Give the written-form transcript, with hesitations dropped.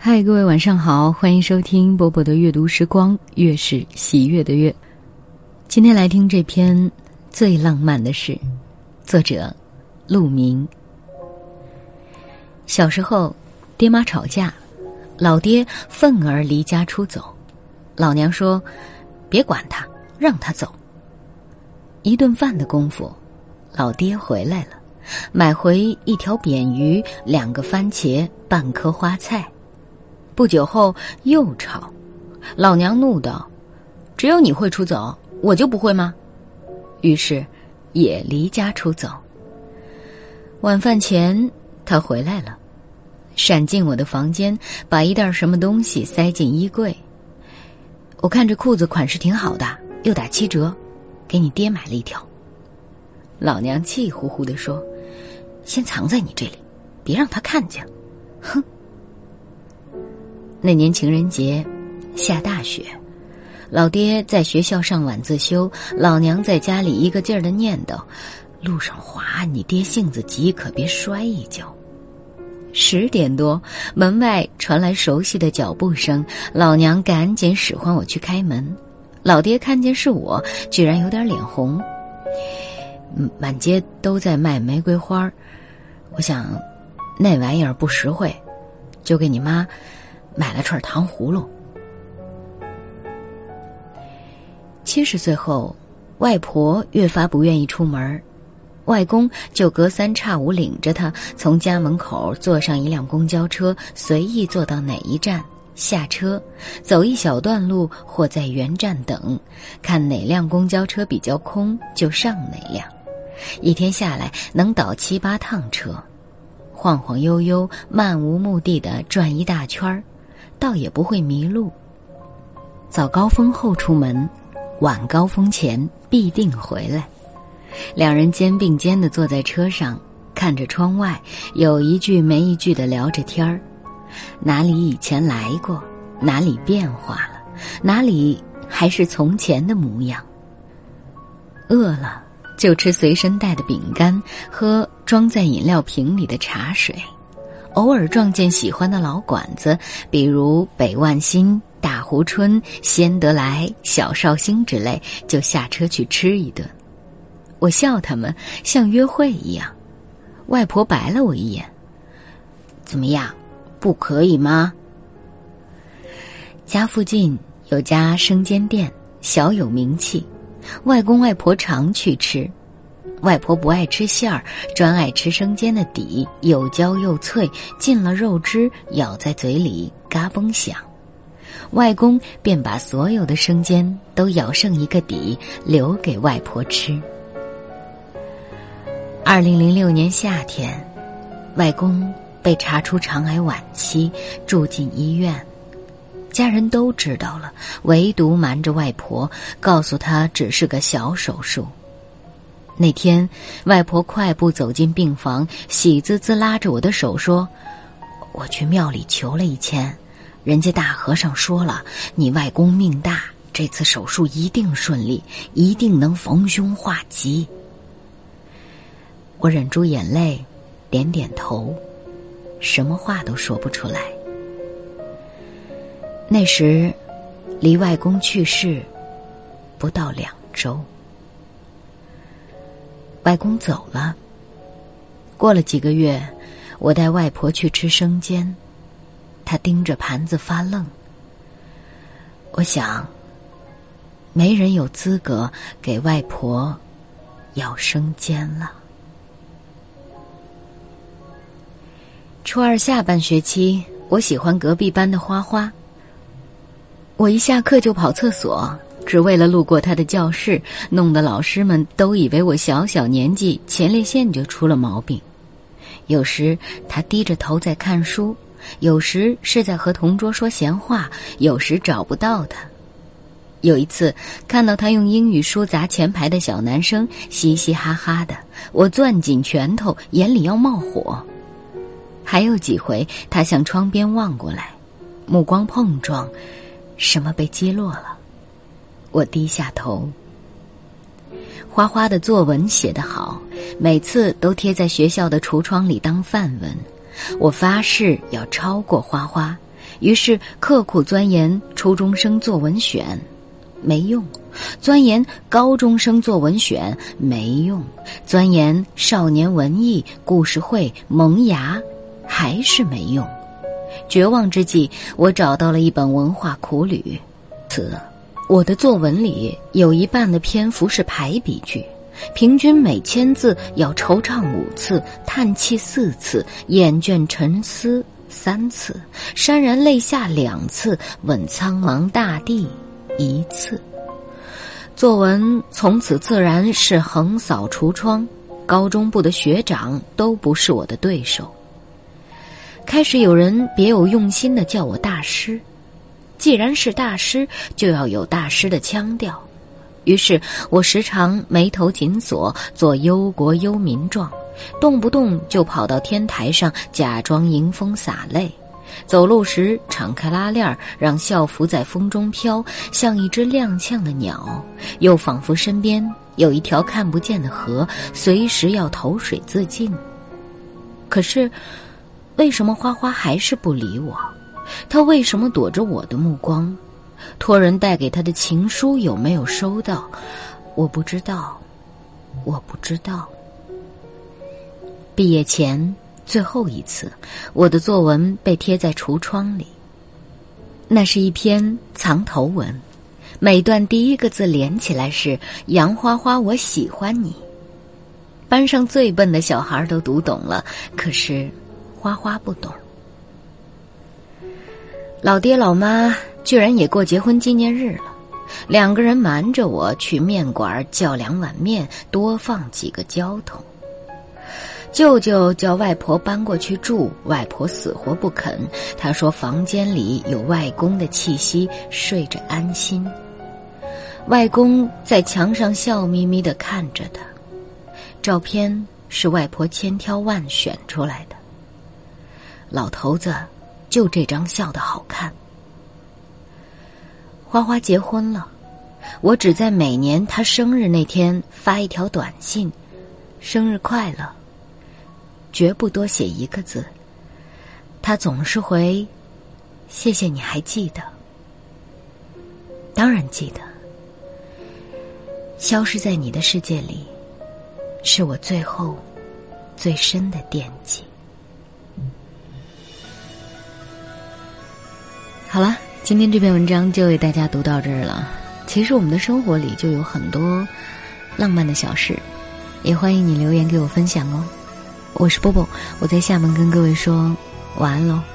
嗨，各位晚上好，欢迎收听波波的阅读时光，月是喜悦的月。今天来听这篇《最浪漫的事》，作者陆明。小时候，爹妈吵架，老爹愤而离家出走，老娘说：“别管他，让他走。”一顿饭的功夫，老爹回来了，买回一条扁鱼、2个番茄、半颗花菜。不久后又吵，老娘怒道：“只有你会出走，我就不会吗？”于是也离家出走。晚饭前他回来了，闪进我的房间，把一袋什么东西塞进衣柜。我看这裤子款式挺好的，又打7折，给你爹买了一条。老娘气呼呼地说：“先藏在你这里，别让他看见。”哼。那年情人节，下大雪，老爹在学校上晚自修，老娘在家里一个劲儿地念叨：“路上滑，你爹性子急，可别摔一跤。”10点多，门外传来熟悉的脚步声，老娘赶紧使唤我去开门。老爹看见是我，居然有点脸红。满街都在卖玫瑰花，我想那玩意儿不实惠，就给你妈买了串糖葫芦。70岁后，外婆越发不愿意出门，外公就隔3差5领着她从家门口坐上一辆公交车，随意坐到哪一站下车，走一小段路或在原站等，看哪辆公交车比较空就上哪辆。一天下来能倒7、8趟车，晃晃悠悠漫无目的地转一大圈，倒也不会迷路。早高峰后出门，晚高峰前必定回来。两人肩并肩地坐在车上，看着窗外，有一句没一句地聊着天儿。哪里以前来过，哪里变化了，哪里还是从前的模样。饿了就吃随身带的饼干，喝装在饮料瓶里的茶水。偶尔撞见喜欢的老馆子，比如北万新、大湖春、先得来、小绍兴之类，就下车去吃一顿。我笑他们像约会一样。外婆白了我一眼：“怎么样，不可以吗？”家附近有家生煎店，小有名气，外公外婆常去吃。外婆不爱吃馅儿，专爱吃生煎的底，又焦又脆，进了肉汁，咬在嘴里嘎嘣响。外公便把所有的生煎都咬剩一个底，留给外婆吃。2006年夏天，外公被查出肠癌晚期，住进医院。家人都知道了，唯独瞒着外婆，告诉她只是个小手术。那天，外婆快步走进病房，喜滋滋拉着我的手说：“我去庙里求了1000，人家大和尚说了，你外公命大，这次手术一定顺利，一定能逢凶化吉。”我忍住眼泪，点点头，什么话都说不出来。那时，离外公去世不到2周。外公走了，过了几个月，我带外婆去吃生煎，她盯着盘子发愣。我想，没人有资格给外婆要生煎了。初2下半学期，我喜欢隔壁班的花花。我一下课就跑厕所，只为了路过他的教室，弄得老师们都以为我小小年纪前列腺就出了毛病。有时他低着头在看书，有时是在和同桌说闲话，有时找不到他。有一次看到他用英语书砸前排的小男生，嘻嘻哈哈的，我攥紧拳头，眼里要冒火。还有几回他向窗边望过来，目光碰撞，什么被击落了。我低下头。花花的作文写得好，每次都贴在学校的橱窗里当范文。我发誓要超过花花， 于是刻苦钻研初中生作文选，没用；钻研高中生作文选，没用；钻研少年文艺故事会萌芽，还是没用。绝望之际，我找到了一本文化苦旅。我的作文里有一半的篇幅是排比句，平均每1000字要惆怅5次，叹气4次，厌倦沉思3次，潸然泪下2次，问苍茫大地1次。作文从此自然是横扫橱窗，高中部的学长都不是我的对手。开始有人别有用心地叫我大师，既然是大师，就要有大师的腔调。于是我时常眉头紧锁，做忧国忧民状，动不动就跑到天台上假装迎风洒泪，走路时敞开拉链，让校服在风中飘，像一只踉跄的鸟，又仿佛身边有一条看不见的河，随时要投水自尽。可是为什么花花还是不理我？他为什么躲着我的目光？托人带给他的情书有没有收到？我不知道，我不知道。毕业前最后一次，我的作文被贴在橱窗里。那是一篇藏头文，每段第一个字连起来是杨花花我喜欢你。班上最笨的小孩都读懂了，可是花花不懂。老爹老妈居然也过结婚纪念日了，2个人瞒着我去面馆叫2碗面，多放几个浇头。舅舅叫外婆搬过去住，外婆死活不肯，她说房间里有外公的气息，睡着安心。外公在墙上笑眯眯地看着她，照片是外婆千挑万选出来的。老头子就这张笑得好看。花花结婚了，我只在每年她生日那天发一条短信，生日快乐，绝不多写1个字。她总是回，谢谢你还记得。当然记得，消失在你的世界里，是我最后最深的惦记。好了，今天这篇文章就为大家读到这儿了。其实我们的生活里就有很多浪漫的小事，也欢迎你留言给我分享哦。我是波波，我在厦门跟各位说晚安喽。